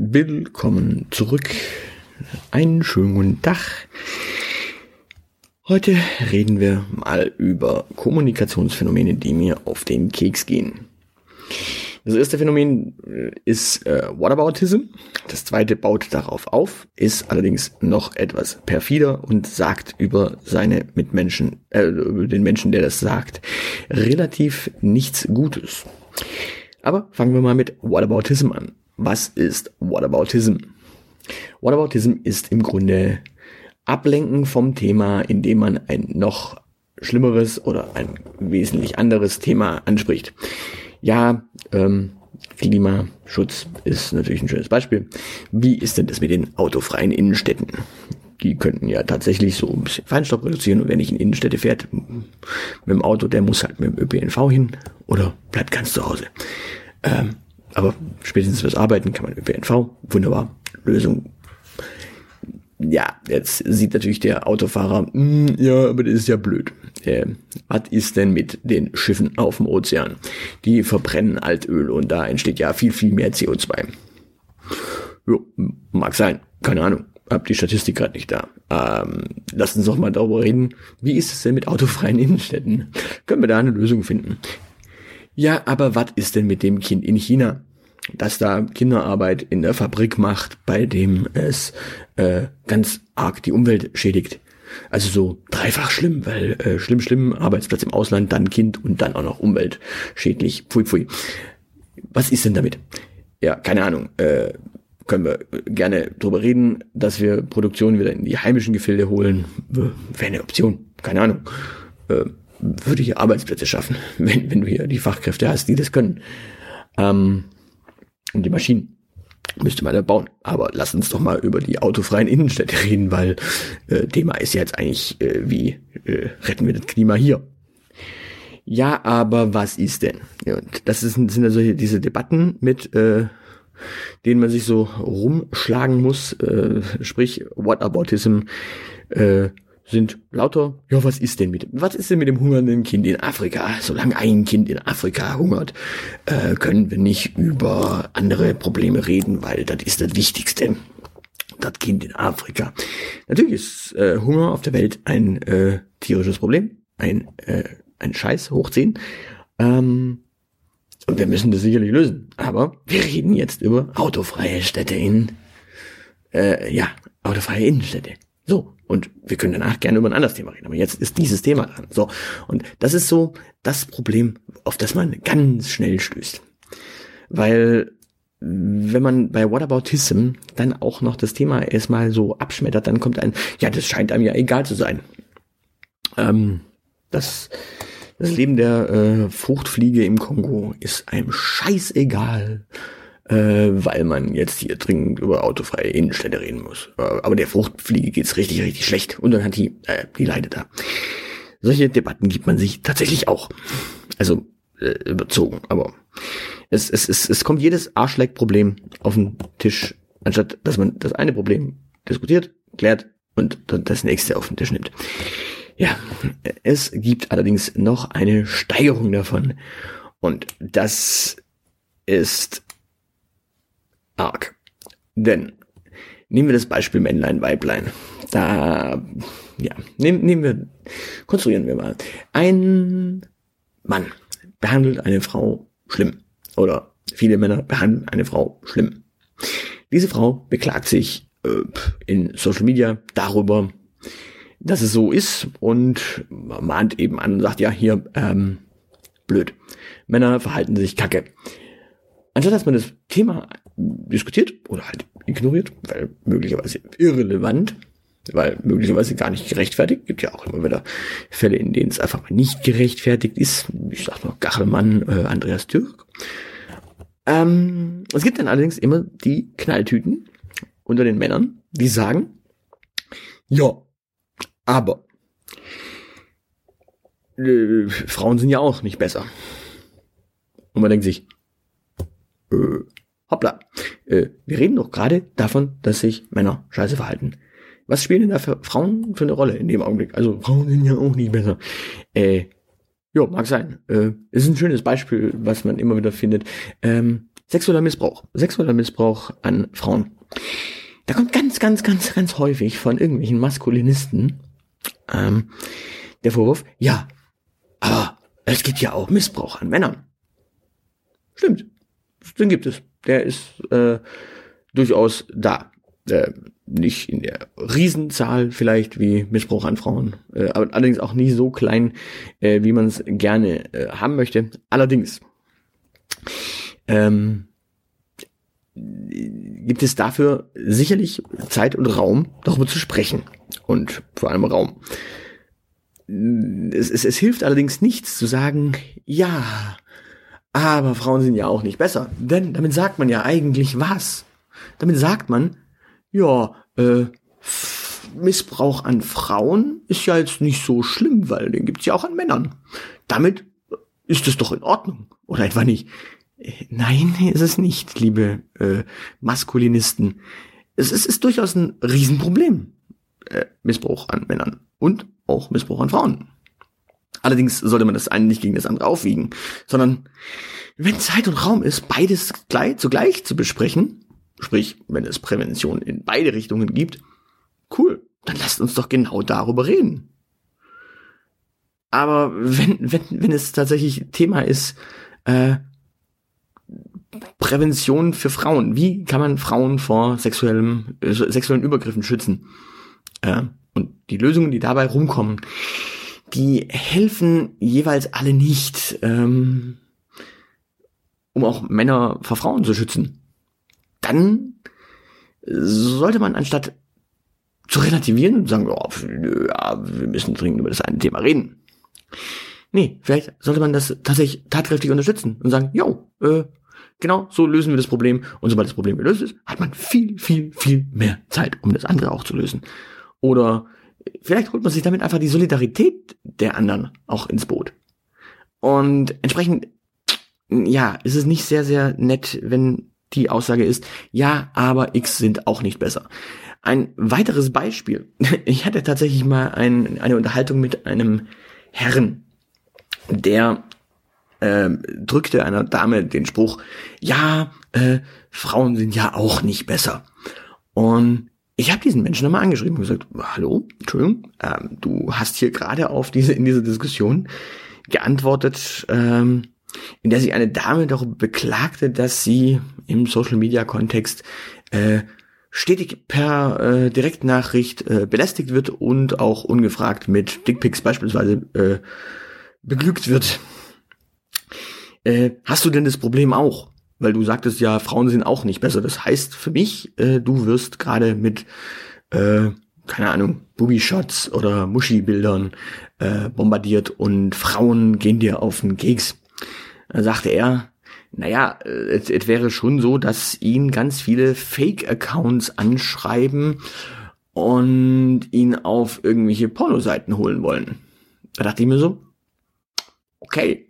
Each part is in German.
Willkommen zurück. Einen schönen guten Tag. Heute reden wir mal über Kommunikationsphänomene, die mir auf den Keks gehen. Das erste Phänomen ist Whataboutism. Das zweite baut darauf auf, ist allerdings noch etwas perfider und sagt über seine Mitmenschen, über den Menschen, der das sagt, relativ nichts Gutes. Aber fangen wir mal mit Whataboutism an. Was ist Whataboutism? Whataboutism ist im Grunde Ablenken vom Thema, indem man ein noch schlimmeres oder ein wesentlich anderes Thema anspricht. Ja, Klimaschutz ist natürlich ein schönes Beispiel. Wie ist denn das mit den autofreien Innenstädten? Die könnten ja tatsächlich so ein bisschen Feinstaub reduzieren, und wer nicht in Innenstädte fährt mit dem Auto, der muss halt mit dem ÖPNV hin oder bleibt ganz zu Hause. Aber spätestens fürs Arbeiten kann man ÖPNV, wunderbar, Lösung. Ja, jetzt sieht natürlich der Autofahrer, ja, aber das ist ja blöd. Was ist denn mit den Schiffen auf dem Ozean? Die verbrennen Altöl und da entsteht ja viel, viel mehr CO2. Jo, mag sein, keine Ahnung, hab die Statistik gerade nicht da. Lasst uns doch mal darüber reden, wie ist es denn mit autofreien Innenstädten? Können wir da eine Lösung finden? Ja, aber was ist denn mit dem Kind in China, das da Kinderarbeit in der Fabrik macht, bei dem es ganz arg die Umwelt schädigt? Also so dreifach schlimm, weil schlimm, Arbeitsplatz im Ausland, dann Kind und dann auch noch umweltschädlich. Pfui, pfui. Was ist denn damit? Ja, keine Ahnung. Können wir gerne drüber reden, dass wir Produktion wieder in die heimischen Gefilde holen. Wäre eine Option. Keine Ahnung. Würde hier Arbeitsplätze schaffen, wenn du hier die Fachkräfte hast, die das können. Und die Maschinen müsste man da bauen. Aber lass uns doch mal über die autofreien Innenstädte reden, weil Thema ist ja jetzt eigentlich, wie retten wir das Klima hier? Ja, aber was ist denn? Ja, und das sind also diese Debatten, mit denen man sich so rumschlagen muss, sprich Whataboutism, sind lauter, ja, was ist denn mit dem hungernden Kind in Afrika? Solange ein Kind in Afrika hungert, können wir nicht über andere Probleme reden, weil das ist das Wichtigste. Das Kind in Afrika. Natürlich ist Hunger auf der Welt ein tierisches Problem, ein Scheiß hoch 10. Und wir müssen das sicherlich lösen. Aber wir reden jetzt über autofreie Städte autofreie Innenstädte. So. Und wir können danach gerne über ein anderes Thema reden. Aber jetzt ist dieses Thema dran. So. Und das ist so das Problem, auf das man ganz schnell stößt. Weil, wenn man bei Whataboutism dann auch noch das Thema erstmal so abschmettert, dann kommt das scheint einem ja egal zu sein. Das Leben der Fruchtfliege im Kongo ist einem scheißegal, weil man jetzt hier dringend über autofreie Innenstädte reden muss. Aber der Fruchtfliege geht's richtig, richtig schlecht. Und dann hat die leidet da. Solche Debatten gibt man sich tatsächlich auch. Also überzogen. Aber es kommt jedes Arschleck-Problem auf den Tisch, anstatt dass man das eine Problem diskutiert, klärt und dann das nächste auf den Tisch nimmt. Ja, es gibt allerdings noch eine Steigerung davon. Und das ist arg. Denn nehmen wir das Beispiel Männlein, Weiblein. Konstruieren wir mal. Ein Mann behandelt eine Frau schlimm. Oder viele Männer behandeln eine Frau schlimm. Diese Frau beklagt sich in Social Media darüber, dass es so ist, und mahnt eben an und sagt, ja, hier, blöd. Männer verhalten sich kacke. Anstatt dass man das Thema diskutiert oder halt ignoriert, weil möglicherweise irrelevant, weil möglicherweise gar nicht gerechtfertigt, gibt ja auch immer wieder Fälle, in denen es einfach mal nicht gerechtfertigt ist. Ich sag mal Gachelmann, Andreas Türk. Es gibt dann allerdings immer die Knalltüten unter den Männern, die sagen, ja, aber Frauen sind ja auch nicht besser. Und man denkt sich, hoppla, wir reden doch gerade davon, dass sich Männer scheiße verhalten. Was spielen denn da für Frauen für eine Rolle in dem Augenblick? Also Frauen sind ja auch nicht besser. Mag sein. Ist ein schönes Beispiel, was man immer wieder findet. Sexueller Missbrauch an Frauen. Da kommt ganz häufig von irgendwelchen Maskulinisten der Vorwurf, ja, aber es gibt ja auch Missbrauch an Männern. Stimmt, den gibt es. Der ist durchaus da. Nicht in der Riesenzahl vielleicht wie Missbrauch an Frauen, aber allerdings auch nie so klein, wie man es gerne haben möchte. Allerdings gibt es dafür sicherlich Zeit und Raum, darüber zu sprechen. Und vor allem Raum. Es hilft allerdings nichts zu sagen, ja, aber Frauen sind ja auch nicht besser. Denn damit sagt man ja eigentlich was. Damit sagt man, ja, Missbrauch an Frauen ist ja jetzt nicht so schlimm, weil den gibt's ja auch an Männern. Damit ist es doch in Ordnung. Oder etwa nicht? Nein, ist es nicht, liebe Maskulinisten. Es ist durchaus ein Riesenproblem. Missbrauch an Männern und auch Missbrauch an Frauen. Allerdings sollte man das eine nicht gegen das andere aufwiegen, sondern wenn Zeit und Raum ist, beides zugleich zu besprechen, sprich, wenn es Prävention in beide Richtungen gibt, cool, dann lasst uns doch genau darüber reden. Aber wenn es tatsächlich Thema ist, Prävention für Frauen, wie kann man Frauen vor sexuellen Übergriffen schützen? Und die Lösungen, die dabei rumkommen, die helfen jeweils alle nicht, um auch Männer vor Frauen zu schützen. Dann sollte man anstatt zu relativieren und sagen, oh, ja, wir müssen dringend über das eine Thema reden. Nee, vielleicht sollte man das tatsächlich tatkräftig unterstützen und sagen, jo, genau, so lösen wir das Problem. Und sobald das Problem gelöst ist, hat man viel mehr Zeit, um das andere auch zu lösen. Oder vielleicht holt man sich damit einfach die Solidarität der anderen auch ins Boot. Und entsprechend, ja, ist es nicht sehr nett, wenn die Aussage ist, ja, aber X sind auch nicht besser. Ein weiteres Beispiel. Ich hatte tatsächlich mal eine Unterhaltung mit einem Herrn, der drückte einer Dame den Spruch, ja, Frauen sind ja auch nicht besser. Und ich habe diesen Menschen nochmal angeschrieben und gesagt, hallo, Entschuldigung, du hast hier gerade in dieser Diskussion geantwortet, in der sich eine Dame darüber beklagte, dass sie im Social-Media-Kontext stetig per Direktnachricht belästigt wird und auch ungefragt mit Dickpics beispielsweise beglückt wird. Hast du denn das Problem auch? Weil du sagtest ja, Frauen sind auch nicht besser. Das heißt für mich, du wirst gerade mit, keine Ahnung, Booby-Shots oder Muschi-Bildern bombardiert und Frauen gehen dir auf den Keks. Dann sagte er, naja, es wäre schon so, dass ihn ganz viele Fake-Accounts anschreiben und ihn auf irgendwelche Pornoseiten holen wollen. Da dachte ich mir so, okay,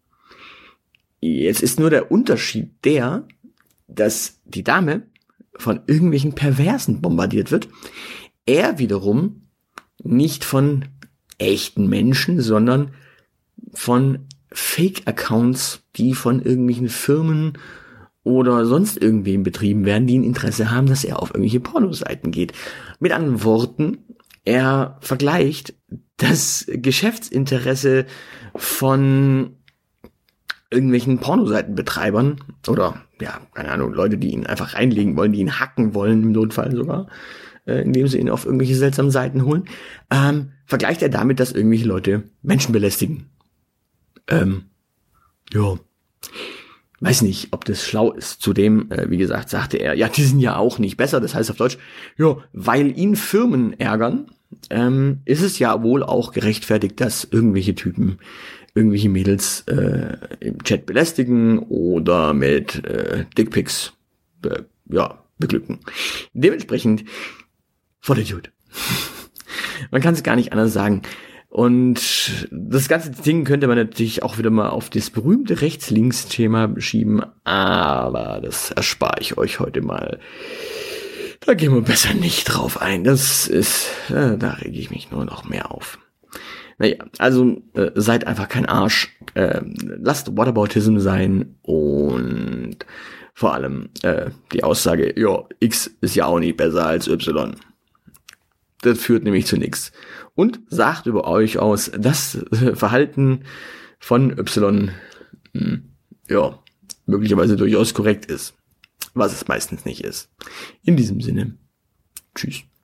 jetzt ist nur der Unterschied der, dass die Dame von irgendwelchen Perversen bombardiert wird. Er wiederum nicht von echten Menschen, sondern von Fake-Accounts, die von irgendwelchen Firmen oder sonst irgendwem betrieben werden, die ein Interesse haben, dass er auf irgendwelche Pornoseiten geht. Mit anderen Worten, er vergleicht das Geschäftsinteresse von irgendwelchen Pornoseitenbetreibern oder, ja, keine Ahnung, Leute, die ihn einfach reinlegen wollen, die ihn hacken wollen, im Notfall sogar, indem sie ihn auf irgendwelche seltsamen Seiten holen, vergleicht er damit, dass irgendwelche Leute Menschen belästigen. Ja, weiß nicht, ob das schlau ist. Zudem, wie gesagt, sagte er, ja, die sind ja auch nicht besser. Das heißt auf Deutsch, ja, weil ihn Firmen ärgern, ist es ja wohl auch gerechtfertigt, dass irgendwelche Typen irgendwelche Mädels im Chat belästigen oder mit Dickpics beglücken. Dementsprechend Vollidiot. Man kann es gar nicht anders sagen. Und das ganze Ding könnte man natürlich auch wieder mal auf das berühmte Rechts-Links-Thema schieben, aber das erspare ich euch heute mal. Da gehen wir besser nicht drauf ein. Das ist, da rege ich mich nur noch mehr auf. Naja, also seid einfach kein Arsch. Lasst Whataboutism sein und vor allem die Aussage, ja, X ist ja auch nicht besser als Y. Das führt nämlich zu nichts. Und sagt über euch aus, das Verhalten von Y ja, möglicherweise durchaus korrekt ist. Was es meistens nicht ist. In diesem Sinne, tschüss.